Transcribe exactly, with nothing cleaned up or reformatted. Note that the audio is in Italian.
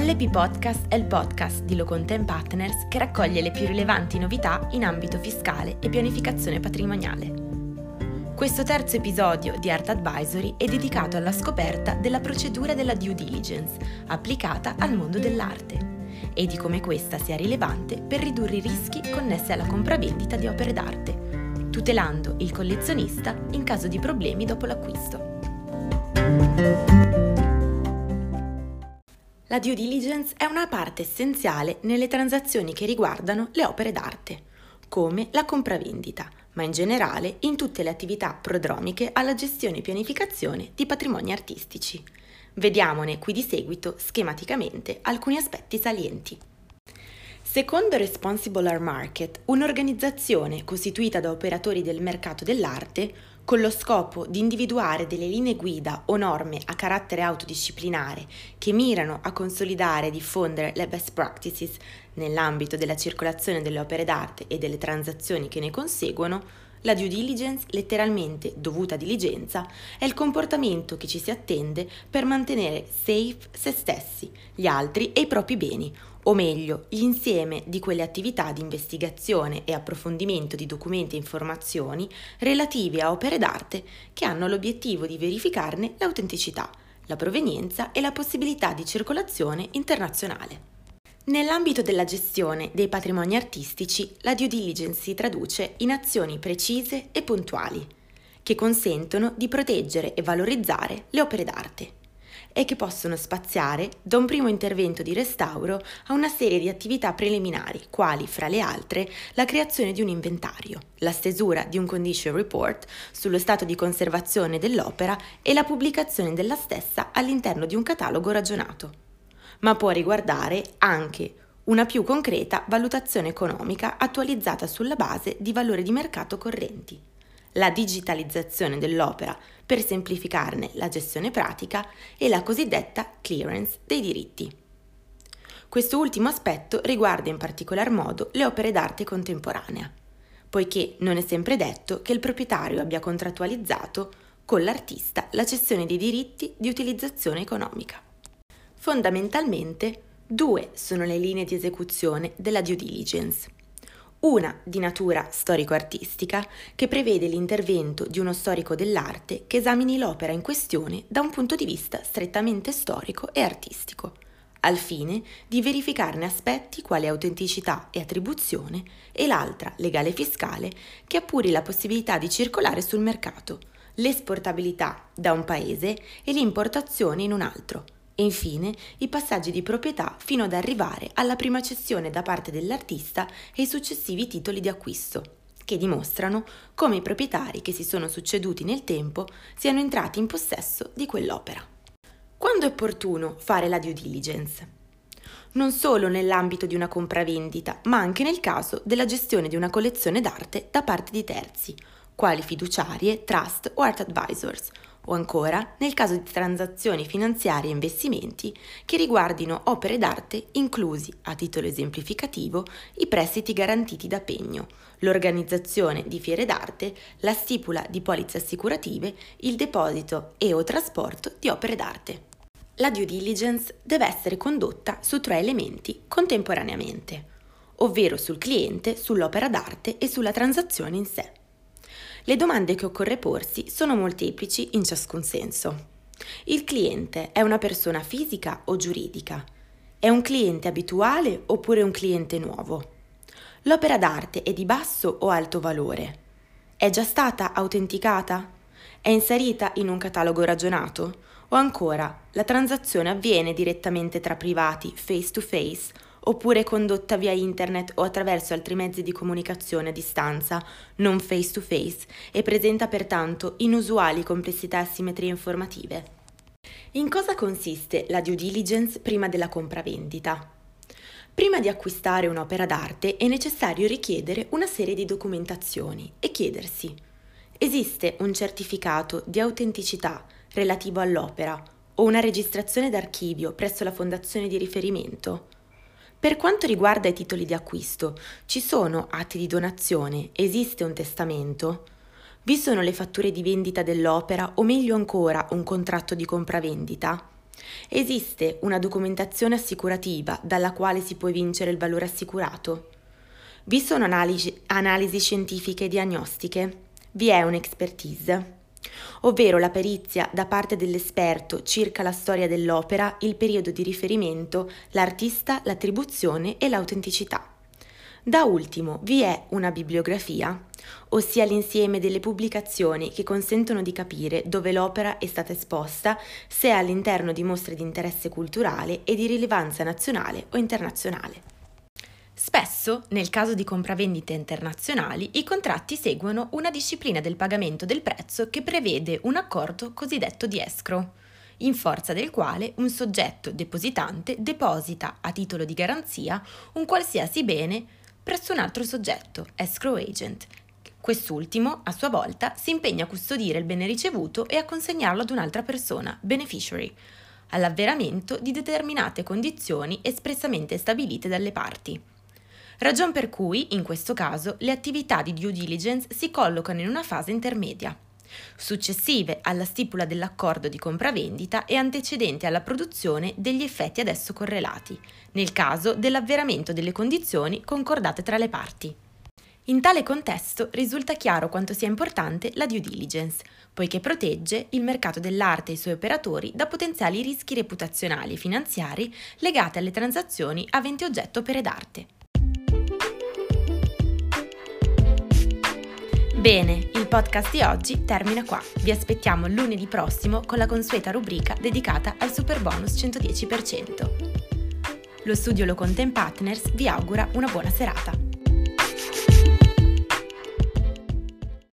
L P Podcast è il podcast di Locontent Partners che raccoglie le più rilevanti novità in ambito fiscale e pianificazione patrimoniale. Questo terzo episodio di Art Advisory è dedicato alla scoperta della procedura della due diligence applicata al mondo dell'arte e di come questa sia rilevante per ridurre i rischi connessi alla compravendita di opere d'arte, tutelando il collezionista in caso di problemi dopo l'acquisto. La due diligence è una parte essenziale nelle transazioni che riguardano le opere d'arte, come la compravendita, ma in generale in tutte le attività prodromiche alla gestione e pianificazione di patrimoni artistici. Vediamone qui di seguito schematicamente alcuni aspetti salienti. Secondo Responsible Art Market, un'organizzazione costituita da operatori del mercato dell'arte con lo scopo di individuare delle linee guida o norme a carattere autodisciplinare che mirano a consolidare e diffondere le best practices nell'ambito della circolazione delle opere d'arte e delle transazioni che ne conseguono, la due diligence, letteralmente dovuta diligenza, è il comportamento che ci si attende per mantenere safe se stessi, gli altri e i propri beni, o meglio, l'insieme di quelle attività di investigazione e approfondimento di documenti e informazioni relative a opere d'arte che hanno l'obiettivo di verificarne l'autenticità, la provenienza e la possibilità di circolazione internazionale. Nell'ambito della gestione dei patrimoni artistici, la due diligence si traduce in azioni precise e puntuali, che consentono di proteggere e valorizzare le opere d'arte e che possono spaziare da un primo intervento di restauro a una serie di attività preliminari, quali, fra le altre, la creazione di un inventario, la stesura di un condition report sullo stato di conservazione dell'opera e la pubblicazione della stessa all'interno di un catalogo ragionato. Ma può riguardare anche una più concreta valutazione economica attualizzata sulla base di valori di mercato correnti, la digitalizzazione dell'opera per semplificarne la gestione pratica e la cosiddetta clearance dei diritti. Questo ultimo aspetto riguarda in particolar modo le opere d'arte contemporanea, poiché non è sempre detto che il proprietario abbia contrattualizzato con l'artista la cessione dei diritti di utilizzazione economica. Fondamentalmente, due sono le linee di esecuzione della due diligence. Una di natura storico-artistica, che prevede l'intervento di uno storico dell'arte che esamini l'opera in questione da un punto di vista strettamente storico e artistico, al fine di verificarne aspetti quali autenticità e attribuzione, e l'altra, legale e fiscale, che appuri la possibilità di circolare sul mercato, l'esportabilità da un paese e l'importazione in un altro, e infine i passaggi di proprietà fino ad arrivare alla prima cessione da parte dell'artista e i successivi titoli di acquisto, che dimostrano come i proprietari che si sono succeduti nel tempo siano entrati in possesso di quell'opera. Quando è opportuno fare la due diligence? Non solo nell'ambito di una compravendita, ma anche nel caso della gestione di una collezione d'arte da parte di terzi, quali fiduciarie, trust o art advisors, o ancora nel caso di transazioni finanziarie e investimenti che riguardino opere d'arte inclusi, a titolo esemplificativo, i prestiti garantiti da pegno, l'organizzazione di fiere d'arte, la stipula di polizze assicurative, il deposito e o trasporto di opere d'arte. La due diligence deve essere condotta su tre elementi contemporaneamente, ovvero sul cliente, sull'opera d'arte e sulla transazione in sé. Le domande che occorre porsi sono molteplici in ciascun senso. Il cliente è una persona fisica o giuridica? È un cliente abituale oppure un cliente nuovo? L'opera d'arte è di basso o alto valore? È già stata autenticata? È inserita in un catalogo ragionato? O ancora, la transazione avviene direttamente tra privati, face to face, oppure condotta via internet o attraverso altri mezzi di comunicazione a distanza, non face to face, e presenta pertanto inusuali complessità e asimmetrie informative. In cosa consiste la due diligence prima della compravendita? Prima di acquistare un'opera d'arte è necessario richiedere una serie di documentazioni e chiedersi: esiste un certificato di autenticità relativo all'opera o una registrazione d'archivio presso la fondazione di riferimento? Per quanto riguarda i titoli di acquisto, ci sono atti di donazione? Esiste un testamento? Vi sono le fatture di vendita dell'opera o meglio ancora un contratto di compravendita? Esiste una documentazione assicurativa dalla quale si può evincere il valore assicurato? Vi sono analisi, analisi scientifiche e diagnostiche? Vi è un'expertise, ovvero la perizia da parte dell'esperto circa la storia dell'opera, il periodo di riferimento, l'artista, l'attribuzione e l'autenticità. Da ultimo, vi è una bibliografia, ossia l'insieme delle pubblicazioni che consentono di capire dove l'opera è stata esposta, se è all'interno di mostre di interesse culturale e di rilevanza nazionale o internazionale. Spesso, nel caso di compravendite internazionali, i contratti seguono una disciplina del pagamento del prezzo che prevede un accordo cosiddetto di escrow, in forza del quale un soggetto depositante deposita a titolo di garanzia un qualsiasi bene presso un altro soggetto, escrow agent. Quest'ultimo, a sua volta, si impegna a custodire il bene ricevuto e a consegnarlo ad un'altra persona, beneficiary, all'avveramento di determinate condizioni espressamente stabilite dalle parti. Ragion per cui, in questo caso, le attività di due diligence si collocano in una fase intermedia, successive alla stipula dell'accordo di compravendita e antecedenti alla produzione degli effetti ad esso correlati, nel caso dell'avveramento delle condizioni concordate tra le parti. In tale contesto risulta chiaro quanto sia importante la due diligence, poiché protegge il mercato dell'arte e i suoi operatori da potenziali rischi reputazionali e finanziari legati alle transazioni aventi oggetto opere d'arte. Bene, il podcast di oggi termina qua. Vi aspettiamo lunedì prossimo con la consueta rubrica dedicata al Superbonus cento dieci per cento. Lo studio Locontent Partners vi augura una buona serata.